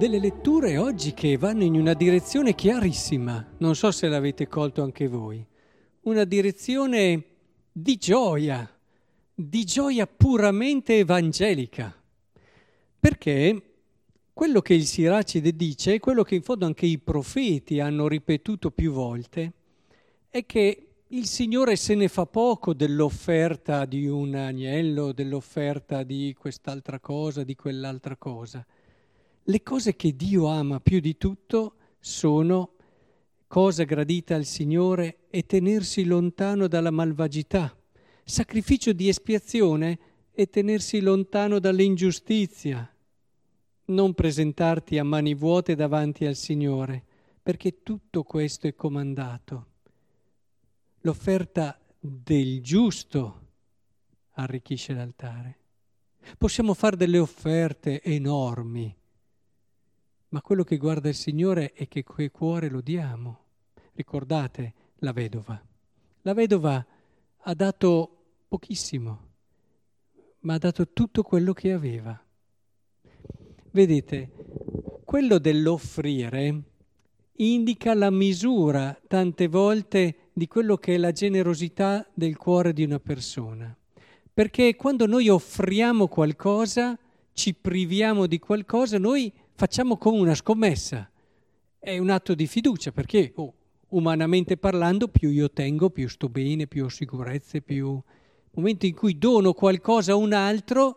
delle letture oggi che vanno in una direzione chiarissima, non so se l'avete colto anche voi, una direzione di gioia puramente evangelica, perché quello che il Siracide dice, quello che in fondo anche i profeti hanno ripetuto più volte, è che il Signore se ne fa poco dell'offerta di un agnello, dell'offerta di quest'altra cosa, di quell'altra cosa. Le cose che Dio ama più di tutto sono cosa gradita al Signore e tenersi lontano dalla malvagità, sacrificio di espiazione e tenersi lontano dall'ingiustizia, non presentarti a mani vuote davanti al Signore, perché tutto questo è comandato. L'offerta del giusto arricchisce l'altare. Possiamo fare delle offerte enormi, ma quello che guarda il Signore è che cuore lo diamo. Ricordate la vedova. La vedova ha dato pochissimo, ma ha dato tutto quello che aveva. Vedete, quello dell'offrire indica la misura tante volte di quello che è la generosità del cuore di una persona. Perché quando noi offriamo qualcosa, ci priviamo di qualcosa, noi facciamo come una scommessa. È un atto di fiducia, perché umanamente parlando più io tengo, più sto bene, più ho sicurezze, più... Nel momento in cui dono qualcosa a un altro,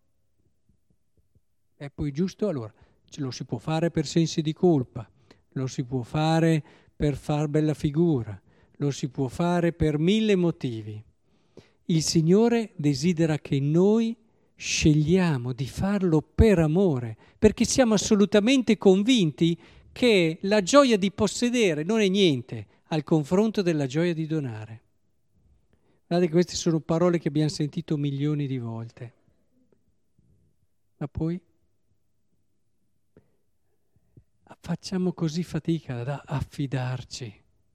è poi giusto, allora ce lo si può fare per sensi di colpa, lo si può fare per far bella figura, lo si può fare per 1000 motivi. Il Signore desidera che noi scegliamo di farlo per amore, perché siamo assolutamente convinti che la gioia di possedere non è niente al confronto della gioia di donare. Guardate che queste sono parole che abbiamo sentito milioni di volte. Ma poi facciamo così fatica ad affidarci.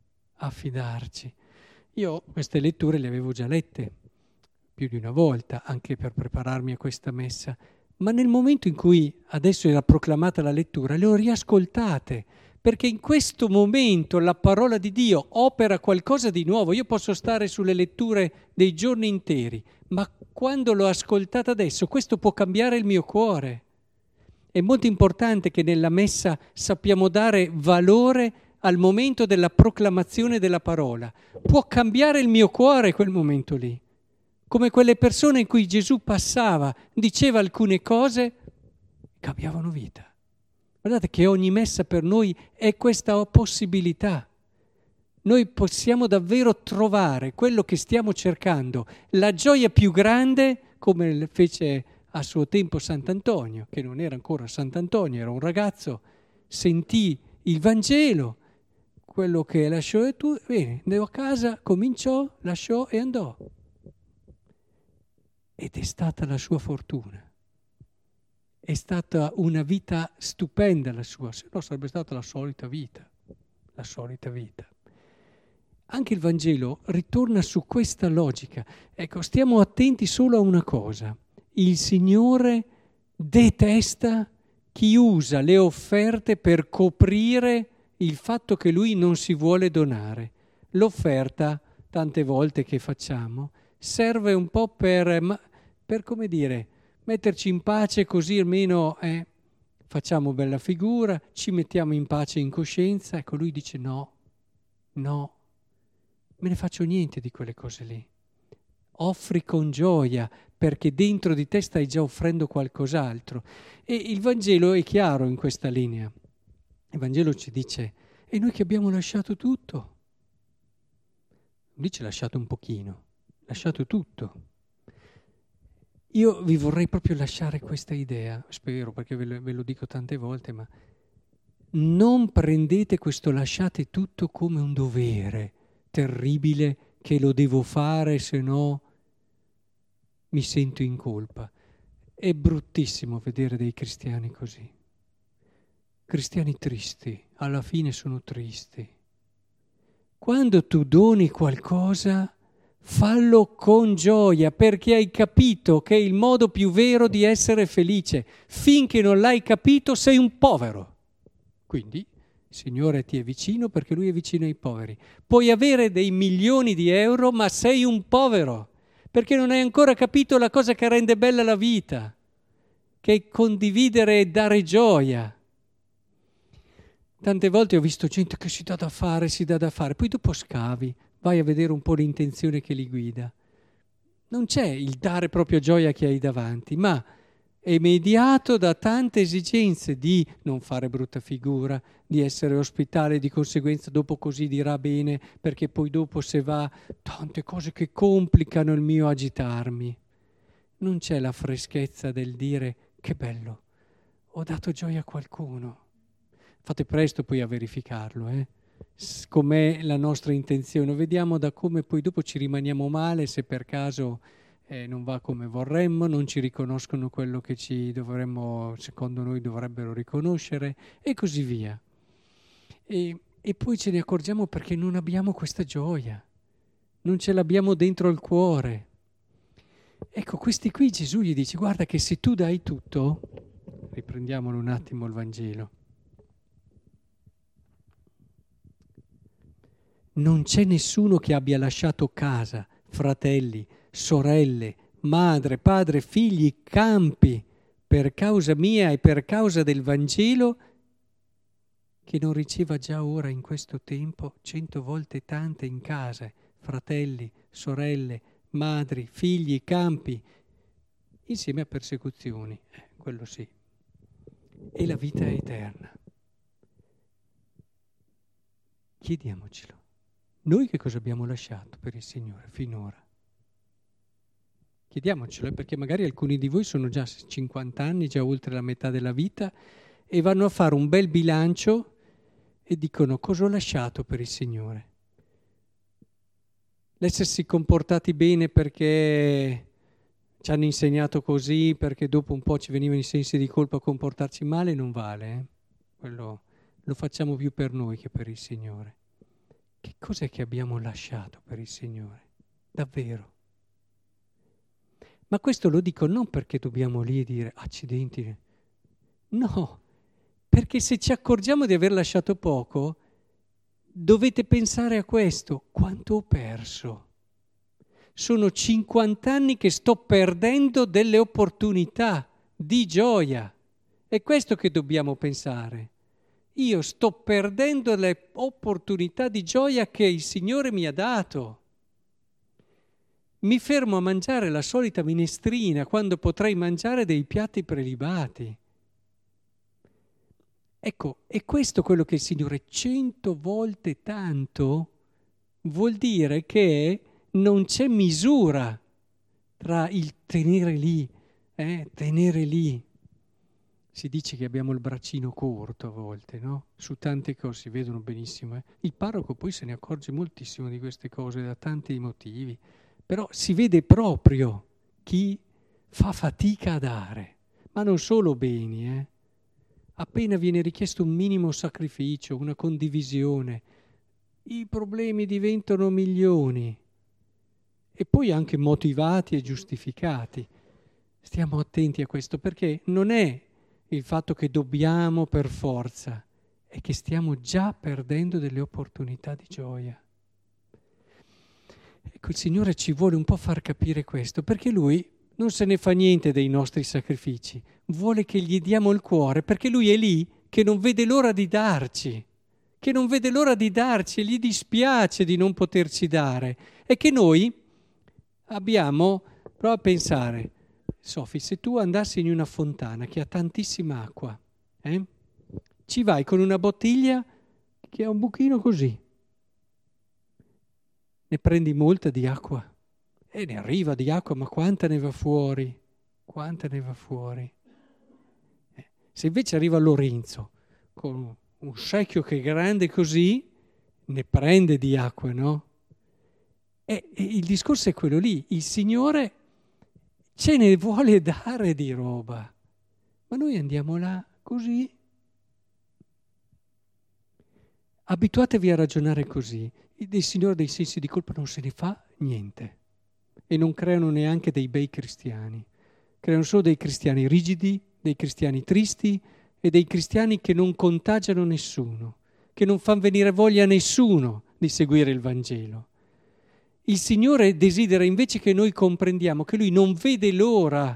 Io queste letture le avevo già lette più di una volta, anche per prepararmi a questa messa, ma nel momento in cui adesso era proclamata la lettura, le ho riascoltate, perché in questo momento la parola di Dio opera qualcosa di nuovo. Io posso stare sulle letture dei giorni interi, ma quando l'ho ascoltata adesso, questo può cambiare il mio cuore. È molto importante che nella messa sappiamo dare valore al momento della proclamazione della parola. Può cambiare il mio cuore quel momento lì. Come quelle persone in cui Gesù passava, diceva alcune cose, cambiavano vita. Guardate che ogni messa per noi è questa possibilità. Noi possiamo davvero trovare quello che stiamo cercando, la gioia più grande, come fece a suo tempo Sant'Antonio, che non era ancora Sant'Antonio, era un ragazzo, sentì il Vangelo, quello che lasciò e tu, bene, andò a casa, cominciò, lasciò e andò. Ed è stata la sua fortuna. È stata una vita stupenda la sua, se no sarebbe stata la solita vita. Anche il Vangelo ritorna su questa logica. Ecco, stiamo attenti solo a una cosa. Il Signore detesta chi usa le offerte per coprire il fatto che Lui non si vuole donare. L'offerta, tante volte che facciamo, serve un po' per come dire, metterci in pace così almeno facciamo bella figura, ci mettiamo in pace in coscienza. Ecco, Lui dice no, me ne faccio niente di quelle cose lì. Offri con gioia, perché dentro di te stai già offrendo qualcos'altro. E il Vangelo è chiaro in questa linea. Il Vangelo ci dice, e noi che abbiamo lasciato tutto? Non dice lasciato un pochino, lasciato tutto. Io vi vorrei proprio lasciare questa idea, spero, perché ve lo dico tante volte, ma non prendete questo lasciate tutto come un dovere terribile che lo devo fare, se no mi sento in colpa. È bruttissimo vedere dei cristiani così. Cristiani tristi, alla fine sono tristi. Quando tu doni qualcosa, Fallo con gioia, perché hai capito che è il modo più vero di essere felice. Finché non l'hai capito sei un povero. Quindi il Signore ti è vicino perché Lui è vicino ai poveri. Puoi avere dei milioni di euro, ma sei un povero, perché non hai ancora capito la cosa che rende bella la vita, che è condividere e dare gioia. Tante volte ho visto gente che si dà da fare, poi dopo scavi, vai a vedere un po' l'intenzione che li guida. Non c'è il dare proprio gioia a chi hai davanti, ma è mediato da tante esigenze di non fare brutta figura, di essere ospitale, di conseguenza dopo così dirà bene, perché poi dopo se va, tante cose che complicano il mio agitarmi. Non c'è la freschezza del dire che bello, ho dato gioia a qualcuno. Fate presto poi a verificarlo, com'è la nostra intenzione. Vediamo da come poi dopo ci rimaniamo male se per caso non va come vorremmo, non ci riconoscono quello che ci dovremmo, secondo noi dovrebbero riconoscere e così via. E poi ce ne accorgiamo perché non abbiamo questa gioia, non ce l'abbiamo dentro il cuore. Ecco, questi qui Gesù gli dice, guarda che se tu dai tutto, riprendiamolo un attimo il Vangelo, non c'è nessuno che abbia lasciato casa, fratelli, sorelle, madre, padre, figli, campi, per causa mia e per causa del Vangelo, che non riceva già ora in questo tempo 100 volte tante in case, fratelli, sorelle, madri, figli, campi, insieme a persecuzioni, quello sì, e la vita eterna. Chiediamocelo. Noi che cosa abbiamo lasciato per il Signore finora? Chiediamocelo, perché magari alcuni di voi sono già 50 anni, già oltre la metà della vita, e vanno a fare un bel bilancio e dicono cosa ho lasciato per il Signore. L'essersi comportati bene perché ci hanno insegnato così, perché dopo un po' ci venivano i sensi di colpa a comportarci male, non vale. Quello lo facciamo più per noi che per il Signore. Che cos'è che abbiamo lasciato per il Signore? Davvero. Ma questo lo dico non perché dobbiamo lì dire accidenti. No, perché se ci accorgiamo di aver lasciato poco, dovete pensare a questo. Quanto ho perso? Sono 50 anni che sto perdendo delle opportunità di gioia. È questo che dobbiamo pensare. Io sto perdendo le opportunità di gioia che il Signore mi ha dato. Mi fermo a mangiare la solita minestrina quando potrei mangiare dei piatti prelibati. Ecco, è questo quello che il Signore 100 volte tanto vuol dire che non c'è misura tra il tenere lì, tenere lì. Si dice che abbiamo il braccino corto a volte, no? Su tante cose si vedono benissimo. Il parroco poi se ne accorge moltissimo di queste cose da tanti motivi, però si vede proprio chi fa fatica a dare, ma non solo beni, Appena viene richiesto un minimo sacrificio, una condivisione, i problemi diventano milioni e poi anche motivati e giustificati. Stiamo attenti a questo perché non è il fatto che dobbiamo per forza, è che stiamo già perdendo delle opportunità di gioia. Ecco, il Signore ci vuole un po' far capire questo, perché Lui non se ne fa niente dei nostri sacrifici, vuole che gli diamo il cuore, perché Lui è lì che non vede l'ora di darci, e gli dispiace di non poterci dare, e che noi abbiamo, prova a pensare, Sofi, se tu andassi in una fontana che ha tantissima acqua, ci vai con una bottiglia che ha un buchino così, ne prendi molta di acqua e ne arriva di acqua, ma quanta ne va fuori? Quanta ne va fuori? Se invece arriva Lorenzo con un secchio che è grande così, ne prende di acqua, no? E il discorso è quello lì, il Signore ce ne vuole dare di roba, ma noi andiamo là così. abituatevi a ragionare così. Dei signori dei sensi di colpa non se ne fa niente e non creano neanche dei bei cristiani. Creano solo dei cristiani rigidi, dei cristiani tristi e dei cristiani che non contagiano nessuno, che non fanno venire voglia a nessuno di seguire il Vangelo. Il Signore desidera invece che noi comprendiamo che Lui non vede l'ora.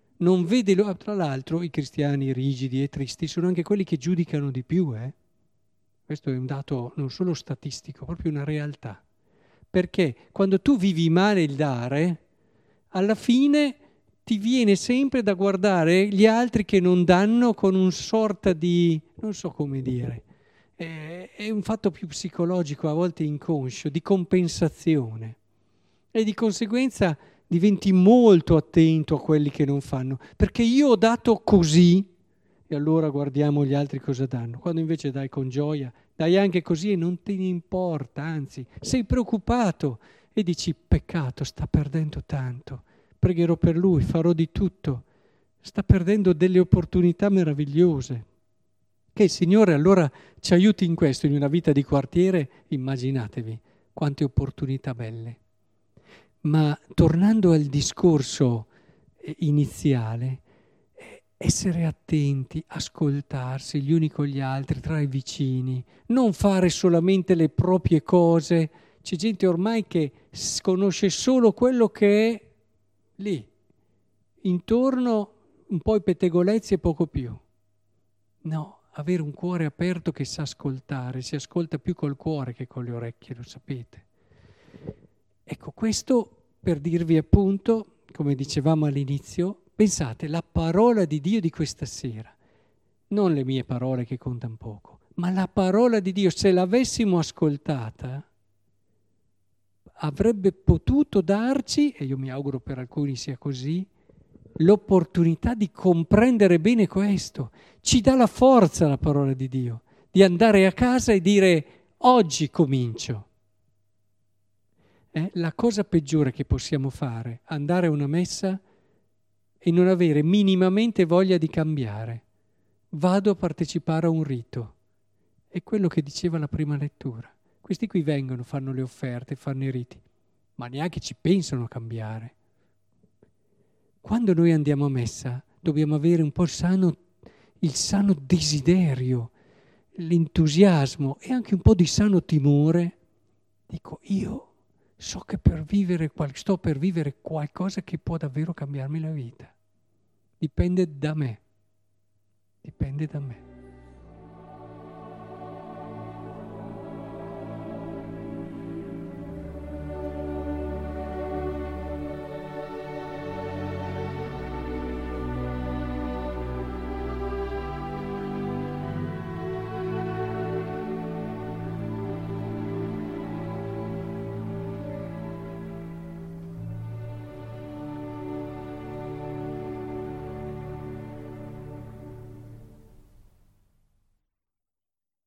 Tra l'altro i cristiani rigidi e tristi sono anche quelli che giudicano di più. Questo è un dato non solo statistico, proprio una realtà. Perché quando tu vivi male il dare, alla fine ti viene sempre da guardare gli altri che non danno con un sorta di, non so come dire, è un fatto più psicologico, a volte inconscio, di compensazione. E di conseguenza diventi molto attento a quelli che non fanno, perché io ho dato così, e allora guardiamo gli altri cosa danno. Quando invece dai con gioia, dai anche così e non te ne importa, anzi, sei preoccupato e dici peccato, sta perdendo tanto, pregherò per lui, farò di tutto, sta perdendo delle opportunità meravigliose. Che il Signore allora ci aiuti in questo, in una vita di quartiere, immaginatevi quante opportunità belle. Ma tornando al discorso iniziale, essere attenti, ascoltarsi gli uni con gli altri, tra i vicini, non fare solamente le proprie cose. C'è gente ormai che conosce solo quello che è lì, intorno un po' i pettegolezzi e poco più. No, avere un cuore aperto che sa ascoltare, si ascolta più col cuore che con le orecchie, lo sapete. Ecco, questo per dirvi appunto, come dicevamo all'inizio, pensate, la parola di Dio di questa sera, non le mie parole che contano poco, ma la parola di Dio, se l'avessimo ascoltata, avrebbe potuto darci, e io mi auguro per alcuni sia così, l'opportunità di comprendere bene questo. Ci dà la forza la parola di Dio, di andare a casa e dire oggi comincio. La cosa peggiore che possiamo fare, andare a una messa e non avere minimamente voglia di cambiare. Vado a partecipare a un rito. È quello che diceva la prima lettura. Questi qui vengono, fanno le offerte, fanno i riti, ma neanche ci pensano a cambiare. Quando noi andiamo a messa dobbiamo avere un po' il sano desiderio, l'entusiasmo e anche un po' di sano timore. Dico, io so che sto per vivere qualcosa che può davvero cambiarmi la vita. Dipende da me. Dipende da me.